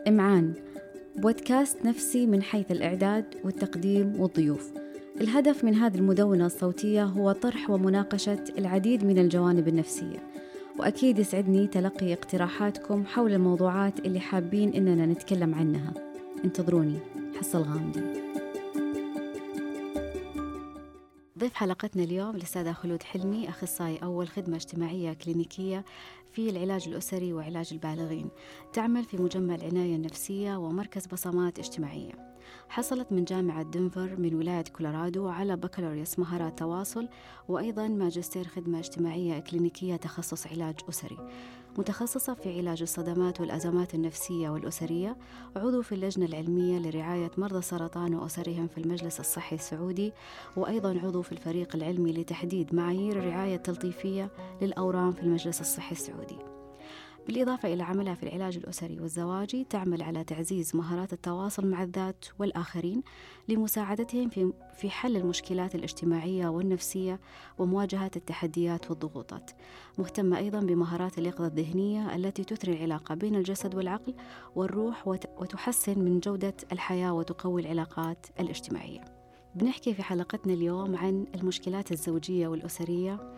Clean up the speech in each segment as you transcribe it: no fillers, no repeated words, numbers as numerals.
إمعان، بودكاست نفسي من حيث الإعداد والتقديم والضيوف. الهدف من هذه المدونة الصوتية هو طرح ومناقشة العديد من الجوانب النفسية، وأكيد يسعدني تلقي اقتراحاتكم حول الموضوعات اللي حابين إننا نتكلم عنها. انتظروني، حصة الغامدي. ضيف حلقتنا اليوم الأستاذة خلود حلمي، أخصائي أول خدمة اجتماعية كلينيكية في العلاج الأسري وعلاج البالغين، تعمل في مجمع العناية النفسية ومركز بصمات اجتماعية. حصلت من جامعة دنفر من ولاية كولورادو على بكالوريوس مهارات تواصل، وأيضا ماجستير خدمة اجتماعية كلينيكية تخصص علاج أسري، متخصصة في علاج الصدمات والأزمات النفسية والأسرية، عضو في اللجنة العلمية لرعاية مرضى السرطان وأسرهم في المجلس الصحي السعودي، وأيضا عضو في الفريق العلمي لتحديد معايير الرعاية التلطيفية للأورام في المجلس الصحي السعودي. بالإضافة إلى عملها في العلاج الأسري والزواجي، تعمل على تعزيز مهارات التواصل مع الذات والآخرين لمساعدتهم في حل المشكلات الاجتماعية والنفسية ومواجهة التحديات والضغوطات. مهتمة أيضا بمهارات اليقظة الذهنية التي تثري العلاقة بين الجسد والعقل والروح وتحسن من جودة الحياة وتقوي العلاقات الاجتماعية. بنحكي في حلقتنا اليوم عن المشكلات الزوجية والأسرية.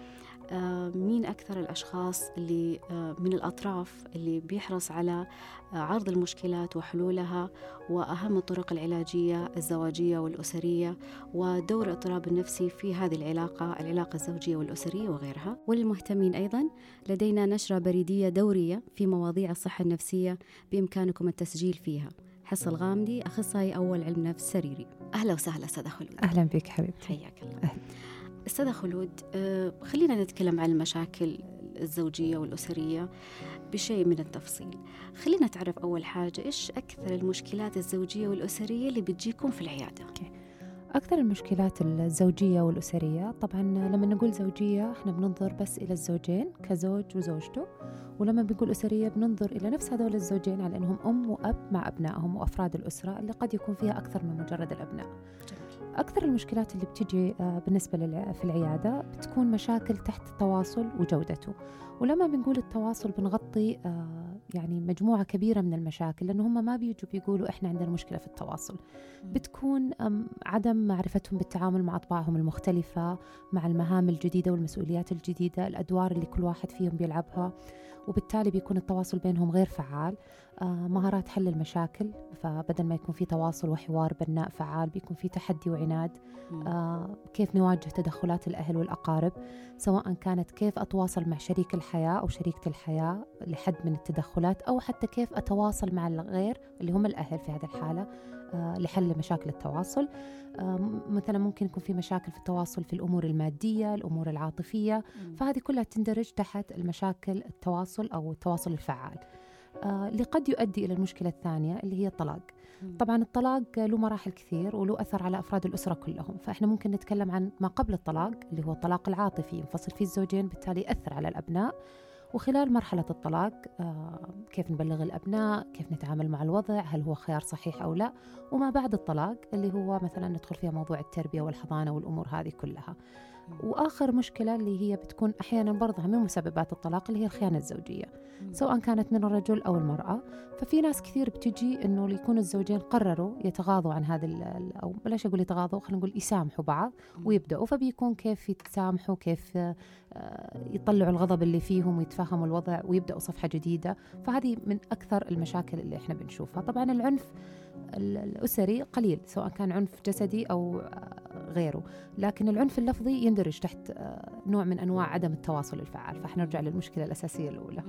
مين أكثر الأشخاص اللي من الأطراف اللي بيحرص على عرض المشكلات وحلولها، وأهم الطرق العلاجية الزواجية والأسرية، ودور الاضطراب النفسي في هذه العلاقة الزوجية والأسرية وغيرها. وللمهتمين أيضا لدينا نشرة بريدية دورية في مواضيع الصحة النفسية بإمكانكم التسجيل فيها. حصة الغامدي، أخصائي أول علم نفس سريري. أهلا وسهلا أستاذة خلود. أهلا بك حبيبتي. حياك الله. أستاذة خلود، خلينا نتكلم عن المشاكل الزوجية والأسرية بشيء من التفصيل. خلينا نتعرف أول حاجة، إيش أكثر المشكلات الزوجية والأسرية اللي بتجيكم في العيادة؟ أكثر المشكلات الزوجية والأسرية، طبعا لما نقول زوجية احنا بننظر بس إلى الزوجين كزوج وزوجته، ولما بنقول أسرية بننظر إلى نفس هذول الزوجين على أنهم أم وأب مع أبنائهم وأفراد الأسرة اللي قد يكون فيها أكثر من مجرد الأبناء. أكثر المشكلات اللي بتجي بالنسبة في العيادة بتكون مشاكل تحت التواصل وجودته. ولما بنقول التواصل بنغطي يعني مجموعة كبيرة من المشاكل، لأنه هم ما بيجوا بيقولوا إحنا عندنا مشكلة في التواصل. بتكون عدم معرفتهم بالتعامل مع أطباعهم المختلفة، مع المهام الجديدة والمسؤوليات الجديدة، الأدوار اللي كل واحد فيهم بيلعبها، وبالتالي بيكون التواصل بينهم غير فعال. مهارات حل المشاكل، فبدل ما يكون في تواصل وحوار بناء فعال بيكون في تحدي وعناد. كيف نواجه تدخلات الأهل والأقارب، سواء كانت كيف أتواصل مع شريك الحياة أو شريكة الحياة لحد من التدخلات، أو حتى كيف أتواصل مع الغير اللي هم الأهل في هذه الحالة لحل مشاكل التواصل. مثلا ممكن يكون في مشاكل في التواصل في الأمور المادية، الأمور العاطفية، فهذه كلها تندرج تحت المشاكل التواصل أو التواصل الفعال. اللي قد يؤدي إلى المشكلة الثانية اللي هي الطلاق. طبعا الطلاق له مراحل كثير وله أثر على أفراد الأسرة كلهم، فإحنا ممكن نتكلم عن ما قبل الطلاق اللي هو الطلاق العاطفي، ينفصل فيه الزوجين بالتالي يأثر على الأبناء. وخلال مرحلة الطلاق كيف نبلغ الأبناء، كيف نتعامل مع الوضع، هل هو خيار صحيح أو لا. وما بعد الطلاق اللي هو مثلا ندخل فيها موضوع التربية والحضانة والأمور هذه كلها. وآخر مشكلة اللي هي بتكون أحيانا برضها من مسببات الطلاق اللي هي الخيانة الزوجية، سواء كانت من الرجل أو المرأة. ففي ناس كثير بتجي إنه يكون الزوجين قرروا يتغاضوا عن هذا أو بلاش أقول يتغاضوا، خلينا نقول يسامحوا بعض ويبدأوا، فبيكون كيف يتسامحوا، كيف يطلعوا الغضب اللي فيهم ويتفهموا الوضع ويبدأوا صفحة جديدة. فهذه من أكثر المشاكل اللي إحنا بنشوفها. طبعا العنف الأسري قليل، سواء كان عنف جسدي أو غيره، لكن العنف اللفظي يندرج تحت نوع من أنواع عدم التواصل الفعال. فإحنا نرجع للمشكلة الأساسية الأولى.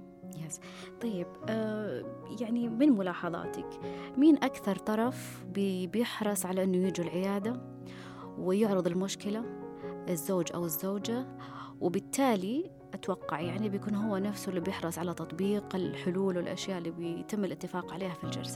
طيب، يعني من ملاحظاتك مين أكثر طرف بيحرص على أنه يجوا العيادة ويعرض المشكلة، الزوج أو الزوجة؟ وبالتالي أتوقع يعني بيكون هو نفسه اللي بيحرص على تطبيق الحلول والأشياء اللي بيتم الاتفاق عليها في الجلسة.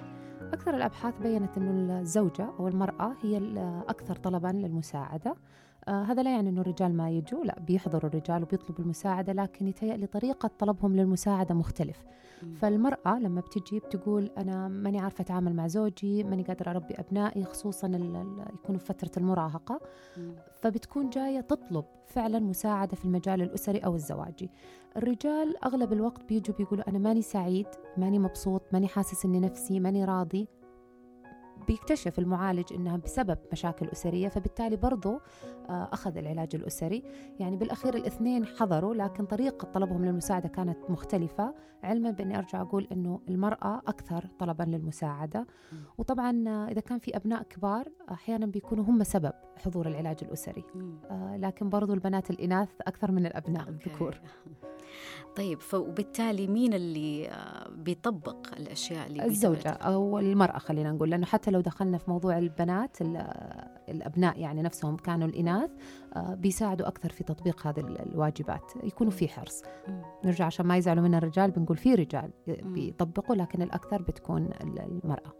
أكثر الأبحاث بيّنت أن الزوجة أو المرأة هي الأكثر طلباً للمساعدة. هذا لا يعني أنه الرجال ما يجوا، لا بيحضروا الرجال وبيطلبوا المساعدة، لكن يتهيألي طريقة طلبهم للمساعدة مختلف. فالمرأة لما بتجي بتقول أنا ماني عارفة أتعامل مع زوجي، ماني قادرة أربي أبنائي، خصوصا يكونوا في فترة المراهقة، فبتكون جاية تطلب فعلا مساعدة في المجال الأسري أو الزواجي. الرجال أغلب الوقت بيجوا بيقولوا أنا ماني سعيد، ماني مبسوط، ماني حاسس إني نفسي، ماني راضي. بيكتشف المعالج إنها بسبب مشاكل أسرية، فبالتالي برضو أخذ العلاج الأسري. يعني بالأخير الاثنين حضروا، لكن طريقة طلبهم للمساعدة كانت مختلفة، علما بأني أرجع أقول إنه المرأة أكثر طلبا للمساعدة. وطبعا إذا كان في أبناء كبار أحيانا بيكونوا هم سبب حضور العلاج الأسري، لكن برضو البنات الإناث أكثر من الأبناء الذكور. طيب، وبالتالي مين اللي بيطبق الأشياء اللي الزوجة أو المرأة خلينا نقول، لأنه حتى لو دخلنا في موضوع البنات الأبناء يعني نفسهم كانوا الإناث بيساعدوا أكثر في تطبيق هذه الواجبات، يكونوا في حرص. نرجع عشان ما يزعلوا منا الرجال، بنقول في رجال بيطبقوا، لكن الأكثر بتكون المرأة.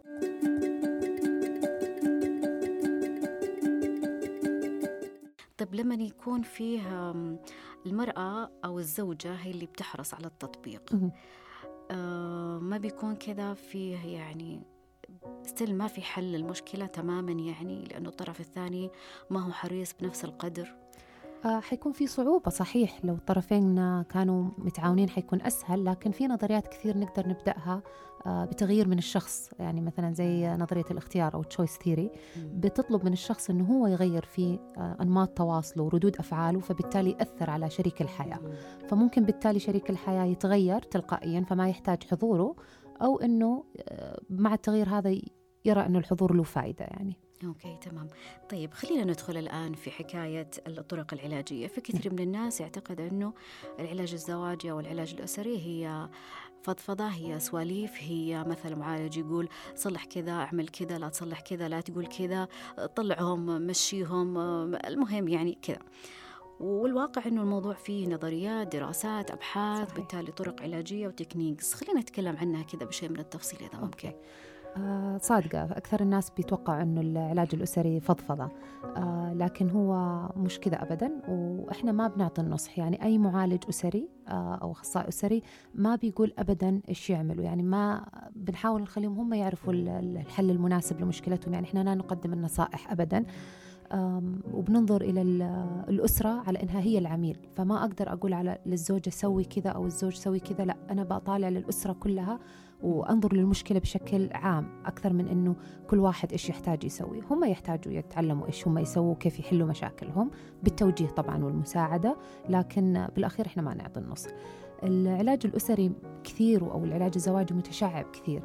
طيب، لما يكون فيه المرأة أو الزوجة هي اللي بتحرص على التطبيق، ما بيكون كذا فيه يعني ستيل ما في حل المشكلة تماما، يعني لأنه الطرف الثاني ما هو حريص بنفس القدر؟ حيكون في صعوبة صحيح، لو الطرفين كانوا متعاونين حيكون أسهل، لكن في نظريات كثير نقدر نبدأها بتغيير من الشخص. يعني مثلا زي نظرية الاختيار أو تشويس ثيري، بتطلب من الشخص أنه هو يغير في أنماط تواصله وردود أفعاله، فبالتالي يأثر على شريك الحياة. فممكن بالتالي شريك الحياة يتغير تلقائيا فما يحتاج حضوره، أو أنه مع التغيير هذا يرى أنه الحضور له فائدة يعني. أوكي، تمام. طيب، خلينا ندخل الآن في حكاية الطرق العلاجية. في كثير من الناس يعتقد أنه العلاج الزواجي أو العلاج الأسري هي فضفضة، هي سواليف، هي مثلا معالج يقول صلح كذا، اعمل كذا، لا تصلح كذا، لا تقول كذا، طلعهم، مشيهم، المهم يعني كذا. والواقع أنه الموضوع فيه نظريات، دراسات، أبحاث، صحيح. بالتالي طرق علاجية وتكنيكس. خلينا نتكلم عنها كذا بشيء من التفصيل إذا ممكن. صادقة، أكثر الناس بيتوقع أنه العلاج الأسري فضفضة، لكن هو مش كذا أبدا، وإحنا ما بنعطي النصح. يعني أي معالج أسري أو أخصائي أسري ما بيقول أبدا إيش يعملوا، يعني ما بنحاول نخليهم هم يعرفوا الحل المناسب لمشكلتهم. يعني إحنا لا نقدم النصائح أبدا، وبننظر إلى الأسرة على إنها هي العميل. فما أقدر أقول على للزوجة سوي كذا أو الزوج سوي كذا، لا، أنا بطالع للأسرة كلها وأنظر للمشكلة بشكل عام أكثر من أنه كل واحد إيش يحتاج يسوي. هم يحتاجوا يتعلموا إيش هم يسووا، كيف يحلوا مشاكلهم بالتوجيه طبعا والمساعدة، لكن بالأخير إحنا ما نعطي النص. العلاج الأسري كثير أو العلاج الزواجي متشعب كثير.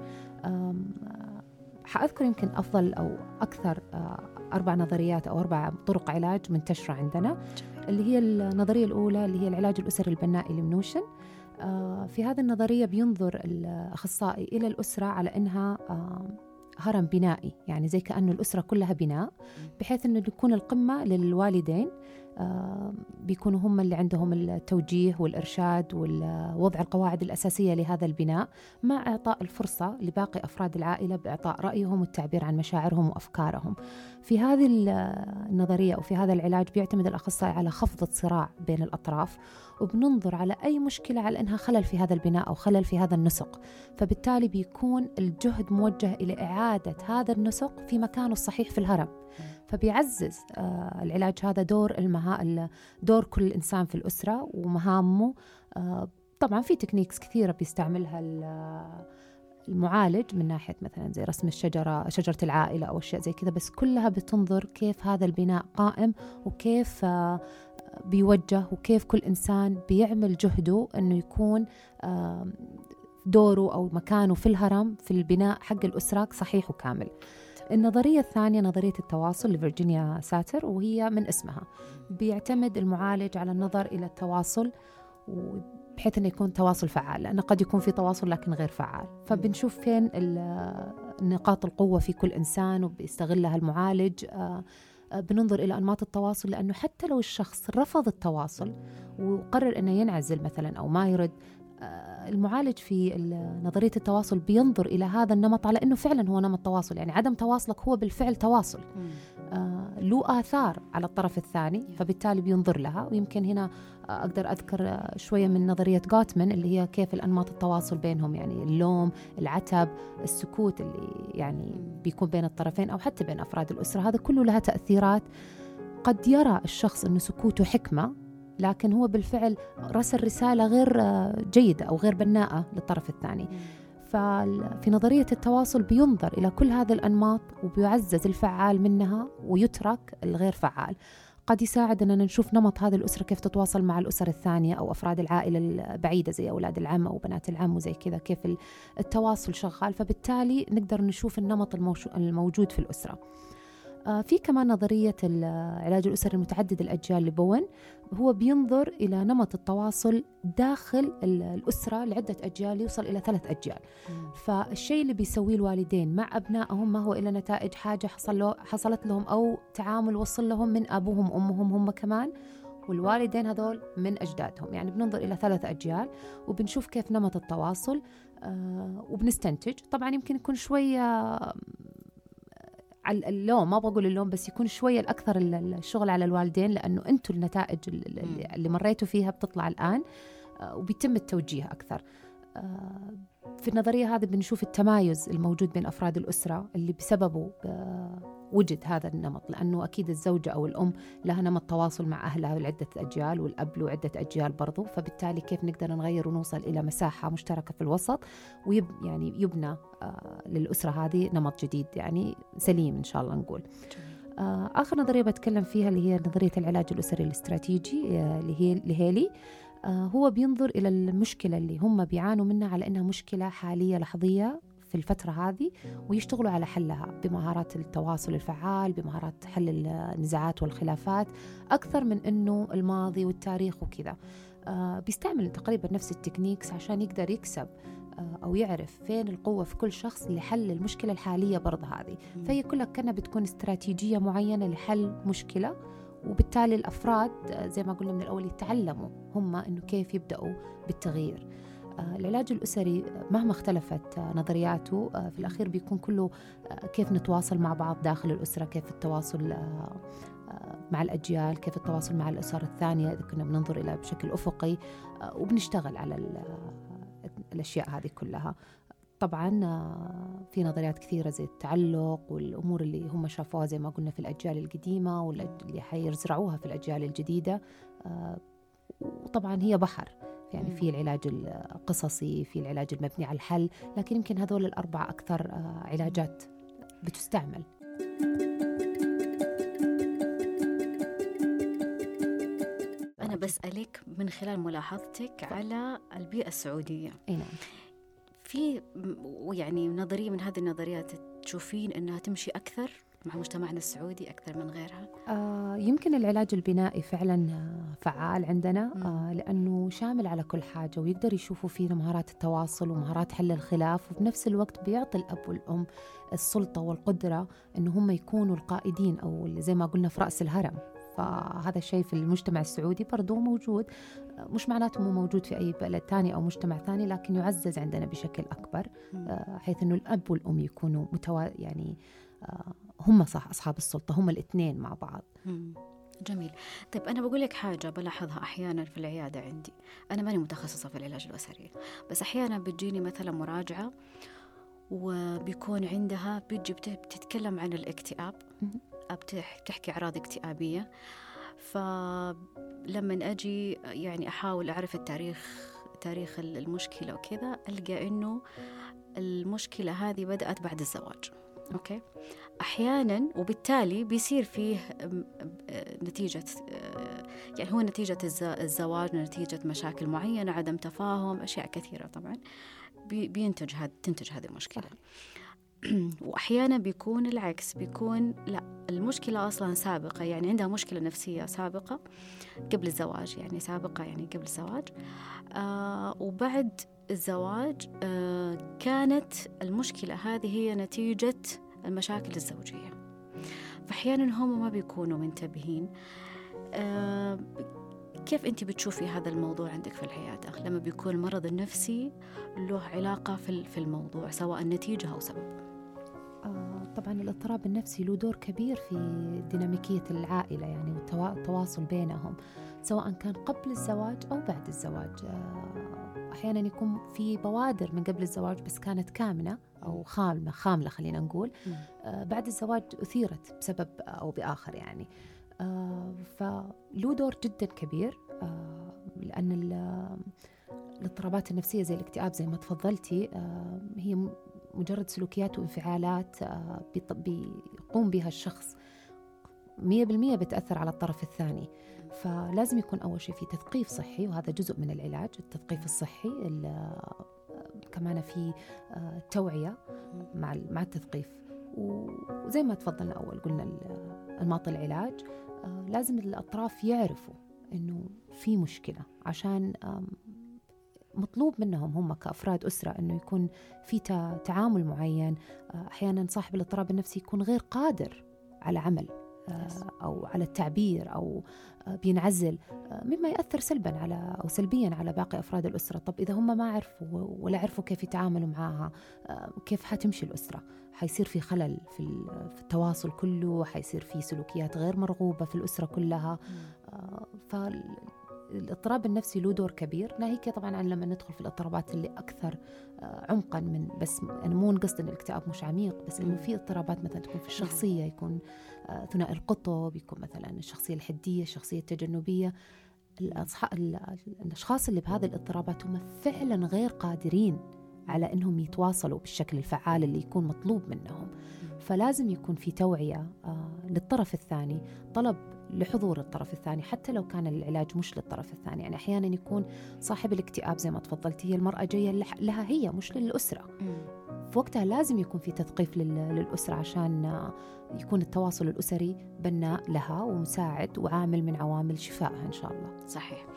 حأذكر يمكن أفضل أو أكثر 4 نظريات أو 4 طرق علاج منتشرة عندنا، اللي هي النظرية الأولى اللي هي العلاج الأسري البنائي لمنوشن. في هذه النظرية بينظر الأخصائي إلى الأسرة على أنها هرم بنائي، يعني زي كأنه الأسرة كلها بناء، بحيث أنه يكون القمة للوالدين، بيكونوا هم اللي عندهم التوجيه والإرشاد ووضع القواعد الأساسية لهذا البناء، مع إعطاء الفرصة لباقي أفراد العائلة بإعطاء رأيهم والتعبير عن مشاعرهم وأفكارهم. في هذه النظرية أو في هذا العلاج بيعتمد الأخصائي على خفض الصراع بين الأطراف، وبننظر على أي مشكلة على أنها خلل في هذا البناء أو خلل في هذا النسق، فبالتالي بيكون الجهد موجه إلى إعادة هذا النسق في مكانه الصحيح في الهرم. فبيعزز العلاج هذا دور كل إنسان في الأسرة ومهامه. طبعا في تكنيكس كثيرة بيستعملها المعالج من ناحية مثلا زي رسم شجرة العائلة أو أشياء زي كذا، بس كلها بتنظر كيف هذا البناء قائم وكيف بيوجه وكيف كل إنسان بيعمل جهده أنه يكون دوره أو مكانه في الهرم في البناء حق الأسرة صحيح وكامل. النظرية الثانية نظرية التواصل لفيرجينيا ساتر، وهي من اسمها بيعتمد المعالج على النظر إلى التواصل بحيث أنه يكون تواصل فعال، لأنه قد يكون في تواصل لكن غير فعال. فبنشوف فين نقاط القوة في كل إنسان وبيستغلها المعالج. بننظر إلى أنماط التواصل، لأنه حتى لو الشخص رفض التواصل وقرر أنه ينعزل مثلا أو ما يرد، المعالج في نظرية التواصل بينظر إلى هذا النمط على أنه فعلا هو نمط تواصل، يعني عدم تواصلك هو بالفعل تواصل، له آثار على الطرف الثاني، فبالتالي بينظر لها. ويمكن هنا أقدر أذكر شوية من نظرية غوتمان اللي هي كيف الأنماط التواصل بينهم، يعني اللوم، العتب، السكوت اللي يعني بيكون بين الطرفين أو حتى بين أفراد الأسرة، هذا كله لها تأثيرات. قد يرى الشخص أنه سكوته حكمة، لكن هو بالفعل رسل رسالة غير جيدة أو غير بناءة للطرف الثاني. ففي نظرية التواصل بينظر إلى كل هذه الأنماط وبيعزز الفعال منها ويترك الغير فعال. قد يساعد أننا نشوف نمط هذه الأسرة كيف تتواصل مع الأسر الثانية أو أفراد العائلة البعيدة زي أولاد العم أو بنات العم وزي كذا، كيف التواصل شغال، فبالتالي نقدر نشوف النمط الموجود في الأسرة. في كمان نظرية العلاج الأسري المتعدد الأجيال لبوين، هو بينظر إلى نمط التواصل داخل الأسرة لعدة أجيال، يوصل إلى 3 أجيال. فالشيء اللي بيسويه الوالدين مع أبنائهم ما هو إلا نتائج حاجة حصلت لهم أو تعامل وصل لهم من أبوهم وأمهم هم كمان، والوالدين هذول من أجدادهم. يعني بننظر إلى 3 أجيال وبنشوف كيف نمط التواصل، وبنستنتج. طبعا يمكن يكون شوية على اللوم، ما بقول اللوم، بس يكون شوية الأكثر الشغل على الوالدين، لأنه أنتوا النتائج اللي مريتوا فيها بتطلع الآن، وبيتم التوجيه أكثر. في النظرية هذه بنشوف التمايز الموجود بين أفراد الأسرة اللي بسببه وجد هذا النمط، لأنه أكيد الزوجة أو الأم لها نمط تواصل مع أهلها لعدة أجيال، والأب له عدة أجيال برضو. فبالتالي كيف نقدر نغير ونوصل إلى مساحة مشتركة في الوسط يعني يبنى للأسرة هذه نمط جديد يعني سليم إن شاء الله نقول. آخر نظرية بتكلم فيها اللي هي نظرية العلاج الأسري الاستراتيجي اللي هي لهيلي. هو بينظر إلى المشكلة اللي هم بيعانوا منها على أنها مشكلة حالية لحظية في الفترة هذه، ويشتغلوا على حلها بمهارات التواصل الفعال، بمهارات حل النزاعات والخلافات، أكثر من أنه الماضي والتاريخ وكذا. بيستعمل تقريبا نفس التكنيكس عشان يقدر يكسب أو يعرف فين القوة في كل شخص لحل المشكلة الحالية برضه هذه. فهي كلها كنا بتكون استراتيجية معينة لحل مشكلة، وبالتالي الأفراد زي ما قلنا من الأول يتعلموا هم إنه كيف يبدأوا بالتغيير. العلاج الأسري مهما اختلفت نظرياته في الأخير بيكون كله كيف نتواصل مع بعض داخل الأسرة، كيف التواصل مع الأجيال، كيف التواصل مع الأسر الثانية إذا كنا بننظر إلى بشكل أفقي، وبنشتغل على الأشياء هذه كلها. طبعا في نظريات كثيرة زي التعلق والأمور اللي هم شافوها زي ما قلنا في الأجيال القديمة واللي حيزرعوها في الأجيال الجديدة. وطبعا هي بحر، يعني في العلاج القصصي، في العلاج المبني على الحل، لكن يمكن هذول الأربعة أكثر علاجات بتستعمل. أنا بسألك من خلال ملاحظتك على البيئة السعودية. نعم. في يعني نظرية من هذه النظريات تشوفين أنها تمشي أكثر مع مجتمعنا السعودي أكثر من غيرها؟ يمكن العلاج البنائي فعلا فعال عندنا، لأنه شامل على كل حاجة، ويقدر يشوفوا فيه مهارات التواصل ومهارات حل الخلاف، وبنفس الوقت بيعطي الأب والأم السلطة والقدرة أنه هم يكونوا القائدين أو زي ما قلنا في رأس الهرم. فهذا الشيء في المجتمع السعودي برضو موجود، مش معناته مو موجود في أي بلد ثاني أو مجتمع ثاني، لكن يعزز عندنا بشكل أكبر، حيث أنه الأب والأم يكونوا يعني هم صح أصحاب السلطة، هم الاثنين مع بعض. جميل. طيب أنا بقول لك حاجة بلاحظها أحيانا في العيادة عندي، أنا ماني متخصصة في العلاج الأسري، بس أحيانا بتجيني مثلا مراجعة وبيكون عندها بتتكلم عن الاكتئاب، بتحكي أعراض اكتئابية. فلما أجي يعني أحاول أعرف تاريخ المشكلة وكذا، ألقى إنه المشكلة هذه بدأت بعد الزواج. أوكي. أحيانا وبالتالي بيصير فيه نتيجة، يعني هو نتيجة الزواج، نتيجة مشاكل معينة، عدم تفاهم، أشياء كثيرة طبعا تنتج هذه المشكلة. وأحيانا بيكون العكس، بيكون لا، المشكلة أصلا سابقة، يعني عندها مشكلة نفسية سابقة قبل الزواج، يعني سابقة يعني قبل الزواج، وبعد الزواج كانت المشكلة هذه هي نتيجة المشاكل الزوجية. فأحيانا هم ما بيكونوا منتبهين. كيف أنت بتشوفي هذا الموضوع عندك في العيادة لما بيكون المرض النفسي له علاقة في الموضوع سواء نتيجة أو سبب؟ طبعا الاضطراب النفسي له دور كبير في ديناميكية العائلة يعني والتواصل بينهم، سواء كان قبل الزواج أو بعد الزواج. أحيانا يكون في بوادر من قبل الزواج بس كانت كامنة أو خاملة خلينا نقول، بعد الزواج أثيرت بسبب أو بآخر يعني. فله دور جدا كبير، لأن الاضطرابات النفسية زي الاكتئاب زي ما تفضلتي هي مجرد سلوكيات وانفعالات بيقوم بها الشخص 100% بتأثر على الطرف الثاني. فلازم يكون أول شيء في تثقيف صحي، وهذا جزء من العلاج، التثقيف الصحي. كمان في توعية مع التثقيف، وزي ما تفضلنا أول قلنا أنماط العلاج. لازم الأطراف يعرفوا إنه في مشكلة، عشان مطلوب منهم هم كأفراد أسرة أنه يكون في تعامل معين. أحيانا صاحب الاضطراب النفسي يكون غير قادر على عمل أو على التعبير، أو بينعزل، مما يأثر سلبيا على باقي أفراد الأسرة. طب إذا هم ما عرفوا ولا عرفوا كيف يتعاملوا معها، كيف حتمشي الأسرة؟ حيصير في خلل في التواصل كله، حيصير في سلوكيات غير مرغوبة في الأسرة كلها. الاضطراب النفسي له دور كبير، ناهيك طبعا عن لما ندخل في الاضطرابات اللي أكثر عمقا من، بس أنا مو نقصد أن الاكتئاب مش عميق، بس إنه في اضطرابات مثلا تكون في الشخصية، يكون ثنائي القطب، يكون مثلا الشخصية الحدية، الشخصية التجنبية. الأشخاص اللي بهذه الاضطرابات هم فعلا غير قادرين على أنهم يتواصلوا بالشكل الفعال اللي يكون مطلوب منهم. فلازم يكون في توعية للطرف الثاني، طلب لحضور الطرف الثاني حتى لو كان العلاج مش للطرف الثاني. يعني أحيانا يكون صاحب الاكتئاب زي ما تفضلتي هي المرأة جاية لها هي، مش للأسرة. في وقتها لازم يكون في تثقيف للأسرة عشان يكون التواصل الأسري بناء لها ومساعد وعامل من عوامل شفائها إن شاء الله. صحيح.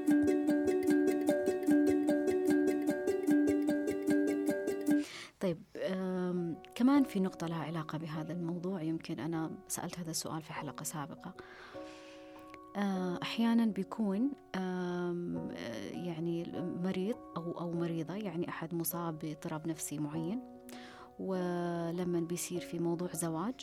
طيب كمان في نقطة لها علاقة بهذا الموضوع، يمكن أنا سألت هذا السؤال في حلقة سابقة. أحيانا بيكون يعني مريض أو مريضة، يعني أحد مصاب باضطراب نفسي معين، ولما بيصير في موضوع زواج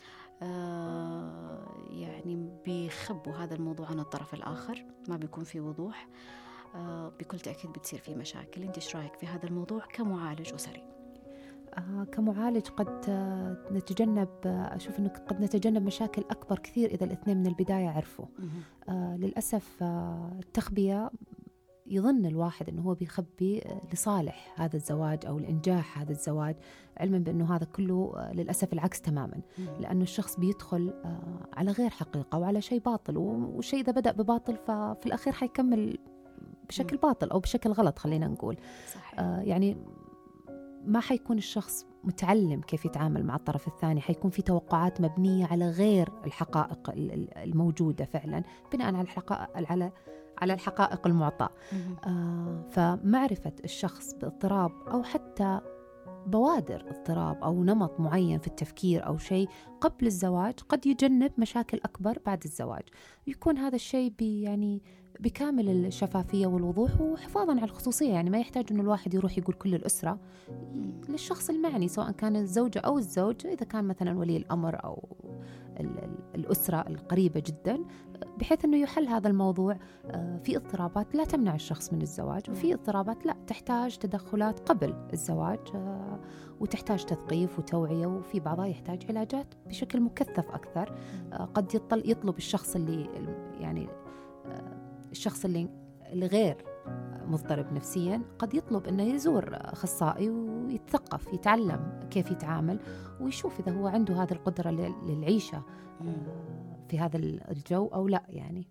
يعني بيخبوا هذا الموضوع عن الطرف الآخر، ما بيكون في وضوح. بكل تأكيد بتصير في مشاكل. أنت إيش رأيك في هذا الموضوع كمعالج أسري؟ كمعالج قد نتجنب، أشوف أنه قد نتجنب مشاكل أكبر كثير إذا الاثنين من البداية عرفوا. للأسف التخبية يظن الواحد أنه هو بيخبي لصالح هذا الزواج أو لإنجاح هذا الزواج، علما بأنه هذا كله للأسف العكس تماما، لأنه الشخص بيدخل على غير حقيقة وعلى شيء باطل، والشيء إذا بدأ بباطل ففي الأخير حيكمل بشكل باطل أو بشكل غلط خلينا نقول. يعني ما حيكون الشخص متعلم كيف يتعامل مع الطرف الثاني، حيكون في توقعات مبنية على غير الحقائق الموجودة فعلا، بناء على الحقائق المعطاة. فمعرفة الشخص باضطراب أو حتى بوادر اضطراب أو نمط معين في التفكير أو شيء قبل الزواج قد يجنب مشاكل أكبر بعد الزواج. يكون هذا الشيء يعني بكامل الشفافية والوضوح وحفاظاً على الخصوصية. يعني ما يحتاج أنه الواحد يروح يقول كل الأسرة، للشخص المعني سواء كان الزوجة أو الزوج، إذا كان مثلاً ولي الأمر أو الأسرة القريبة جداً، بحيث أنه يحل هذا الموضوع. في اضطرابات لا تمنع الشخص من الزواج، وفي اضطرابات لا تحتاج تدخلات قبل الزواج وتحتاج تثقيف وتوعية، وفي بعضها يحتاج علاجات بشكل مكثف أكثر. قد يطلب الشخص اللي غير مضطرب نفسيا قد يطلب أنه يزور أخصائي ويتثقف، يتعلم كيف يتعامل ويشوف إذا هو عنده هذه القدرة للعيشة في هذا الجو أو لا. يعني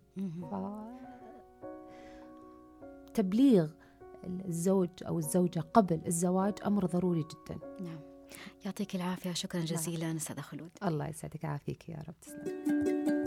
تبليغ الزوج أو الزوجة قبل الزواج أمر ضروري جدا. نعم. يعطيك العافية، شكرا جزيلا أستاذة خلود. الله يسعدك، عافيك يا رب، تسلم.